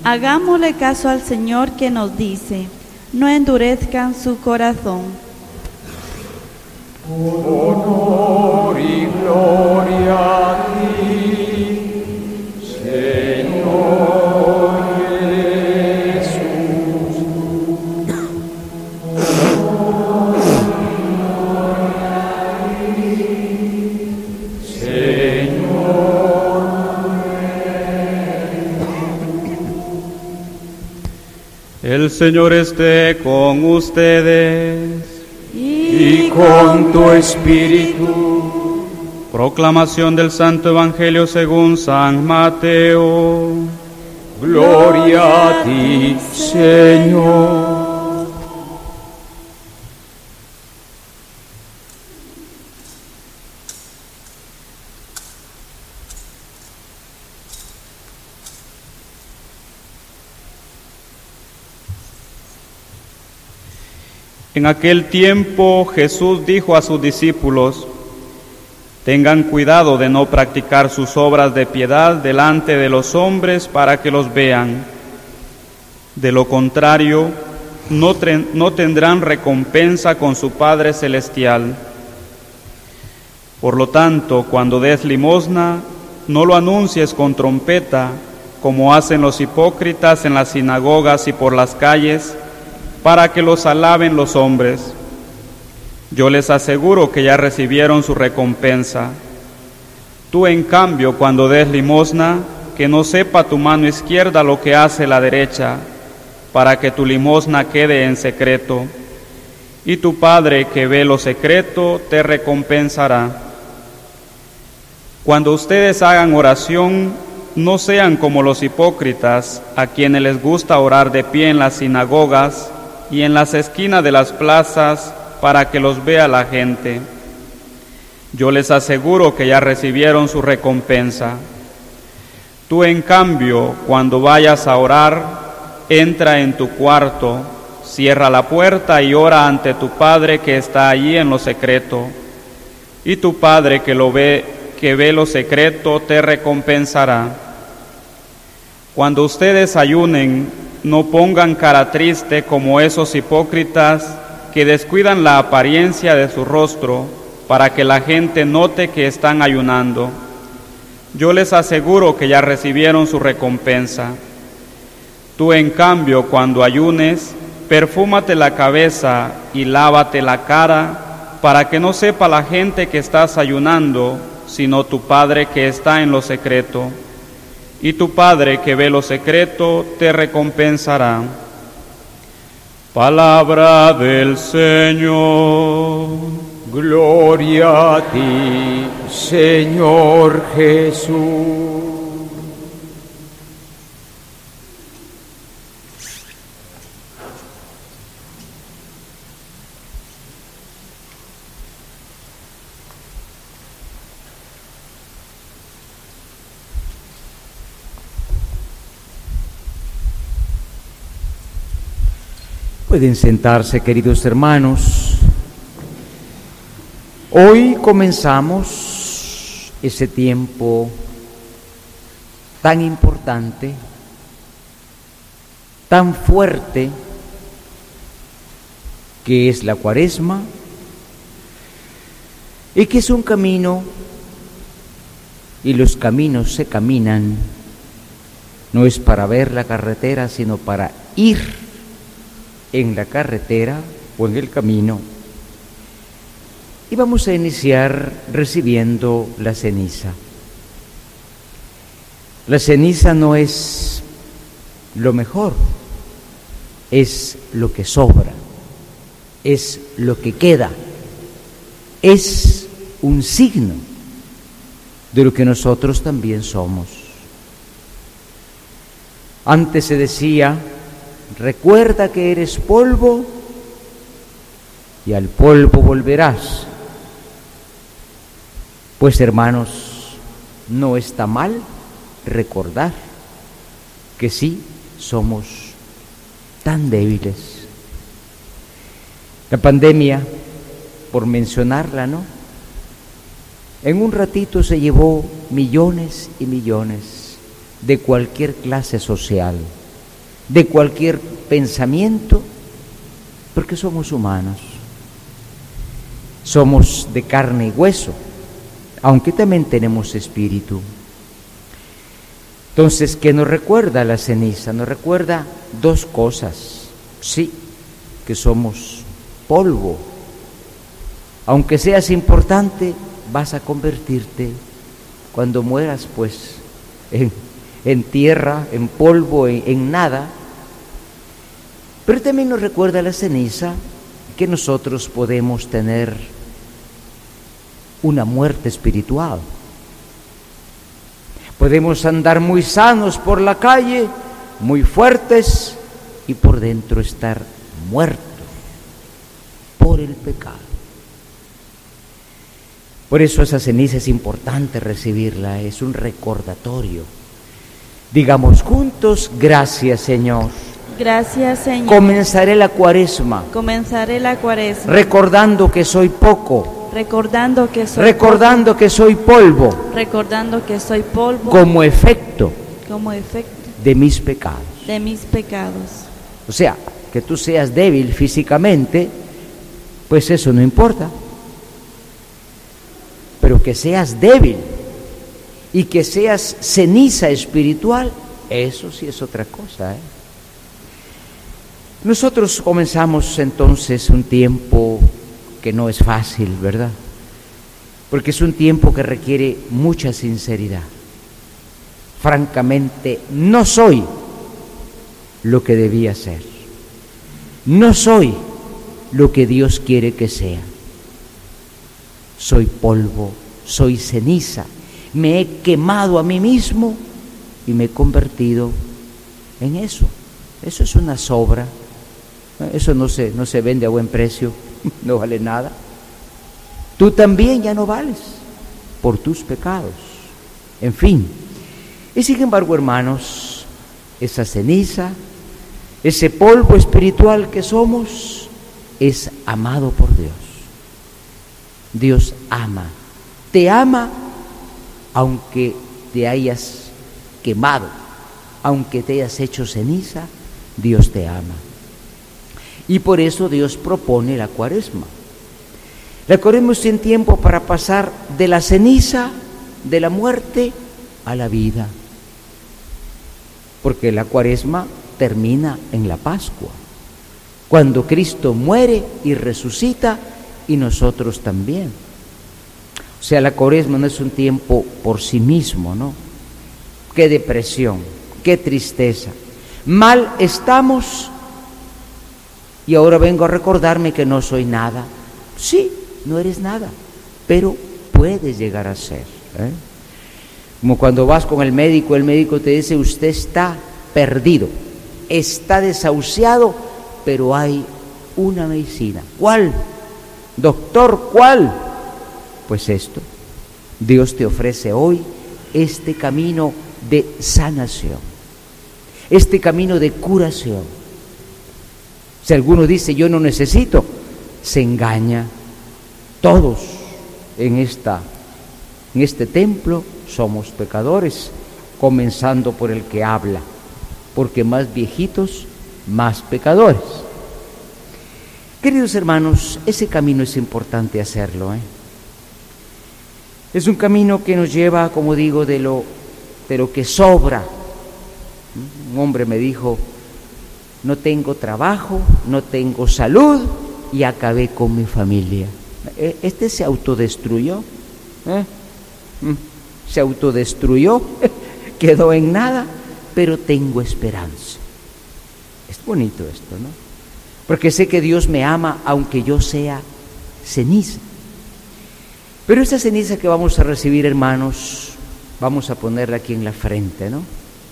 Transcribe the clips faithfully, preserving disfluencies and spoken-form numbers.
Hagámosle caso al Señor que nos dice, no endurezcan su corazón. Honor y gloria a ti, Señor Jesús. Señor. El Señor esté con ustedes. Y con tu espíritu. Proclamación del Santo Evangelio según San Mateo. Gloria a ti, Señor. En aquel tiempo Jesús dijo a sus discípulos: tengan cuidado de no practicar sus obras de piedad delante de los hombres para que los vean. De lo contrario, no, tre- no tendrán recompensa con su Padre Celestial. Por lo tanto, cuando des limosna, no lo anuncies con trompeta, como hacen los hipócritas en las sinagogas y por las calles, para que los alaben los hombres. Yo les aseguro que ya recibieron su recompensa. Tú, en cambio, cuando des limosna, que no sepa tu mano izquierda lo que hace la derecha, para que tu limosna quede en secreto. Y tu Padre, que ve lo secreto, te recompensará. Cuando ustedes hagan oración, no sean como los hipócritas, a quienes les gusta orar de pie en las sinagogas y en las esquinas de las plazas para que los vea la gente. Yo les aseguro que ya recibieron su recompensa. Tú, en cambio, cuando vayas a orar, entra en tu cuarto, cierra la puerta y ora ante tu Padre que está allí en lo secreto. Y tu Padre que lo ve, que ve lo secreto, te recompensará. Cuando ustedes ayunen, no pongan cara triste como esos hipócritas que descuidan la apariencia de su rostro para que la gente note que están ayunando. Yo les aseguro que ya recibieron su recompensa. Tú, en cambio, cuando ayunes, perfúmate la cabeza y lávate la cara para que no sepa la gente que estás ayunando, sino tu Padre que está en lo secreto. Y tu Padre que ve lo secreto te recompensará. Palabra del Señor. Gloria a ti, Señor Jesús. Pueden sentarse, queridos hermanos. Hoy comenzamos ese tiempo tan importante, tan fuerte, que es la Cuaresma, y que es un camino, y los caminos se caminan, no es para ver la carretera, sino para ir en la carretera o en el camino. Y vamos a iniciar recibiendo la ceniza. La ceniza no es lo mejor, es lo que sobra, es lo que queda, es un signo de lo que nosotros también somos. Antes se decía: recuerda que eres polvo y al polvo volverás. Pues, hermanos, no está mal recordar que sí somos tan débiles. La pandemia, por mencionarla, ¿no?, en un ratito se llevó millones y millones de cualquier clase social, de cualquier pensamiento, porque somos humanos, somos de carne y hueso, aunque también tenemos espíritu. Entonces, ¿qué nos recuerda la ceniza? Nos recuerda dos cosas. Sí, que somos polvo. Aunque seas importante, vas a convertirte, cuando mueras, pues, en, en tierra, en polvo, en, en nada. Pero también nos recuerda la ceniza que nosotros podemos tener una muerte espiritual. Podemos andar muy sanos por la calle, muy fuertes, y por dentro estar muertos por el pecado. Por eso esa ceniza es importante recibirla, es un recordatorio. Digamos juntos: gracias, Señor. Gracias, Señor. Comenzaré la cuaresma. Comenzaré la cuaresma. Recordando que soy poco. Recordando que soy Recordando poco, que soy polvo. Recordando que soy polvo. Como efecto. Como efecto. De mis pecados. De mis pecados. O sea, que tú seas débil físicamente, pues eso no importa. Pero que seas débil y que seas ceniza espiritual, eso sí es otra cosa, ¿eh? Nosotros comenzamos entonces un tiempo que no es fácil, ¿verdad? Porque es un tiempo que requiere mucha sinceridad. Francamente, no soy lo que debía ser. No soy lo que Dios quiere que sea. Soy polvo, soy ceniza. Me he quemado a mí mismo y me he convertido en eso. Eso es una sobra. Eso no se, no se vende a buen precio, no vale nada. Tú también ya no vales por tus pecados. En fin, y sin embargo, hermanos, esa ceniza, ese polvo espiritual que somos, es amado por Dios. Dios ama, te ama aunque te hayas quemado, aunque te hayas hecho ceniza, Dios te ama. Y por eso Dios propone la cuaresma. La cuaresma es un tiempo para pasar de la ceniza, de la muerte, a la vida. Porque la cuaresma termina en la Pascua, cuando Cristo muere y resucita, y nosotros también. O sea, la cuaresma no es un tiempo por sí mismo, ¿no? Qué depresión, qué tristeza. Mal estamos, y ahora vengo a recordarme que no soy nada. Sí, no eres nada, pero puedes llegar a ser, ¿eh? Como cuando vas con el médico, el médico te dice: usted está perdido, está desahuciado, pero hay una medicina. ¿Cuál? Doctor, ¿cuál? Pues esto. Dios te ofrece hoy este camino de sanación, este camino de curación. Si alguno dice: yo no necesito, se engaña. Todos en esta, en este templo somos pecadores, comenzando por el que habla, porque más viejitos, más pecadores. Queridos hermanos, ese camino es importante hacerlo, ¿eh? Es un camino que nos lleva, como digo, de lo, de lo que sobra. Un hombre me dijo: no tengo trabajo, no tengo salud y acabé con mi familia. Este se autodestruyó, ¿eh? se autodestruyó, quedó en nada, pero tengo esperanza. Es bonito esto, ¿no? Porque sé que Dios me ama aunque yo sea ceniza. Pero esa ceniza que vamos a recibir, hermanos, vamos a ponerla aquí en la frente, ¿no?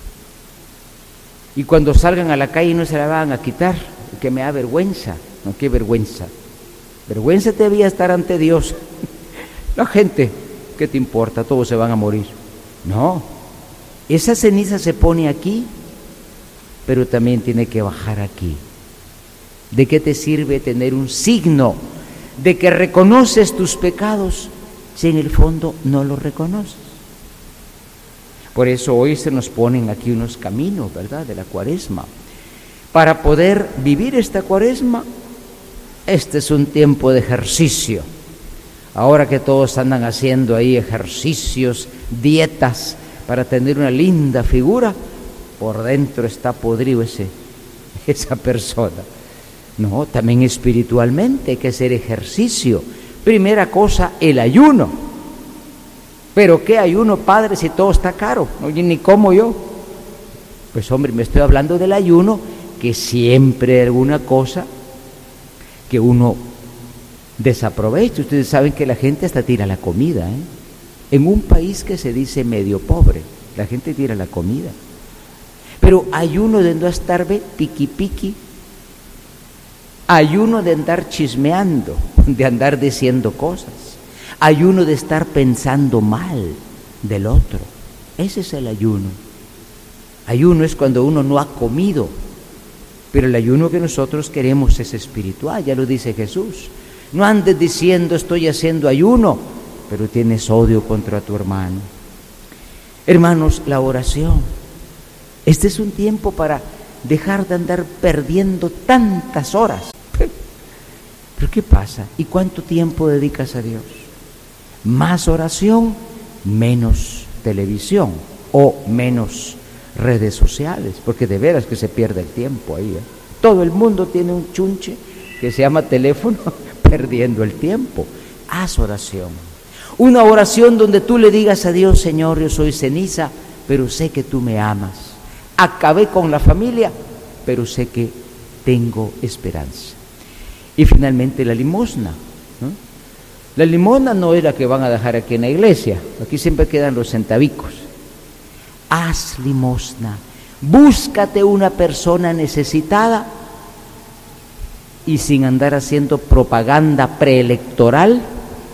Y cuando salgan a la calle no se la van a quitar, que me da vergüenza. No, qué vergüenza. Vergüenza te debía estar ante Dios. La gente, ¿qué te importa? Todos se van a morir. No, esa ceniza se pone aquí, pero también tiene que bajar aquí. ¿De qué te sirve tener un signo de que reconoces tus pecados si en el fondo no los reconoces? Por eso hoy se nos ponen aquí unos caminos, ¿verdad?, de la cuaresma. para poder vivir esta Cuaresma, este es un tiempo de ejercicio. Ahora que todos andan haciendo ahí ejercicios, dietas, para tener una linda figura, por dentro está podrido ese, esa persona. No, también espiritualmente hay que hacer ejercicio. Primera cosa, el ayuno. ¿Pero qué ayuno, padre, si todo está caro? Oye, ni como yo. Pues hombre, me estoy hablando del ayuno, que siempre hay alguna cosa que uno desaprovecha. Ustedes saben que la gente hasta tira la comida, ¿eh? En un país que se dice medio pobre, la gente tira la comida. Pero ayuno de no estar ve, piqui piqui, ayuno de andar chismeando, de andar diciendo cosas, ayuno de estar pensando mal del otro. Ese es el ayuno. Ayuno es cuando uno no ha comido, pero el ayuno que nosotros queremos es espiritual, ya lo dice Jesús. No andes diciendo estoy haciendo ayuno, pero tienes odio contra tu hermano. Hermanos, la oración. Este es un tiempo para dejar de andar perdiendo tantas horas. ¿Pero qué pasa? ¿Y cuánto tiempo dedicas a Dios? Más oración, menos televisión o menos redes sociales, porque de veras que se pierde el tiempo ahí, ¿eh? Todo el mundo tiene un chunche que se llama teléfono, perdiendo el tiempo. Haz oración. Una oración donde tú le digas a Dios, Señor, yo soy ceniza, pero sé que tú me amas. Acabé con la familia, pero sé que tengo esperanza. Y finalmente la limosna, ¿no? La limosna no es la que van a dejar aquí en la iglesia, aquí siempre quedan los centavicos. Haz limosna, búscate una persona necesitada y sin andar haciendo propaganda preelectoral,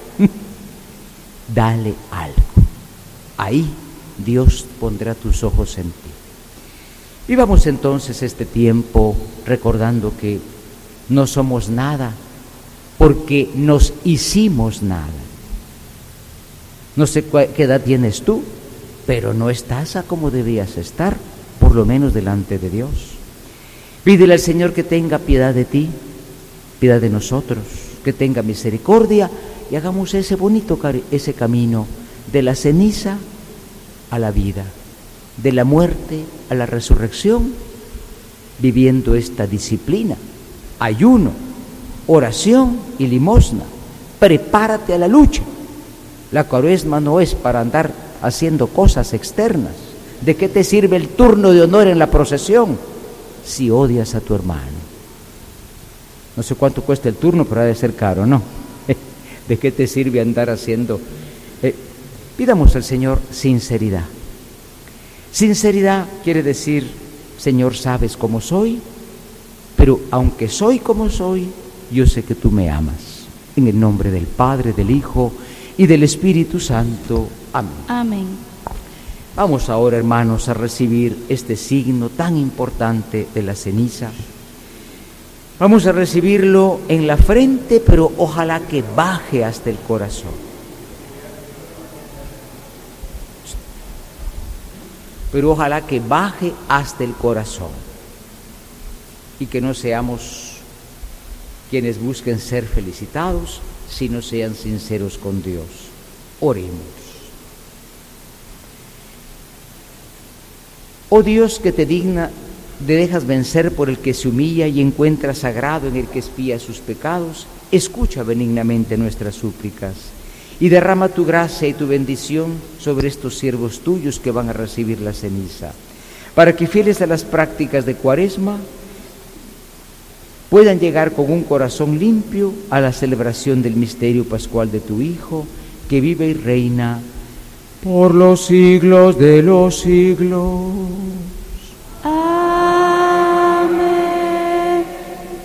dale algo. Ahí Dios pondrá tus ojos en ti. Vivamos entonces este tiempo recordando que no somos nada porque nos hicimos nada. No sé qué edad tienes tú, pero no estás a como debías estar, por lo menos delante de Dios. Pídele al Señor que tenga piedad de ti, piedad de nosotros, que tenga misericordia y hagamos ese bonito ese camino de la ceniza a la vida, de la muerte a la resurrección, viviendo esta disciplina, ayuno, oración y limosna. Prepárate a la lucha. La Cuaresma no es para andar haciendo cosas externas. ¿De qué te sirve el turno de honor en la procesión si odias a tu hermano? No sé cuánto cuesta el turno, pero ha de ser caro, ¿no? ¿De qué te sirve andar haciendo? Eh, pidamos al Señor sinceridad. Sinceridad quiere decir, Señor, sabes cómo soy, pero aunque soy como soy, yo sé que tú me amas. En el nombre del Padre, del Hijo y del Espíritu Santo. Amén. Amén. Vamos ahora, hermanos, a recibir este signo tan importante de la ceniza. Vamos a recibirlo en la frente, pero ojalá que baje hasta el corazón. Pero ojalá que baje hasta el corazón y que no seamos quienes busquen ser felicitados, sino sean sinceros con Dios. Oremos. Oh Dios, que te digna, te dejas vencer por el que se humilla y encuentra sagrado en el que expía sus pecados, escucha benignamente nuestras súplicas y derrama tu gracia y tu bendición sobre estos siervos tuyos que van a recibir la ceniza, para que fieles a las prácticas de Cuaresma puedan llegar con un corazón limpio a la celebración del misterio pascual de tu Hijo, que vive y reina por los siglos de los siglos.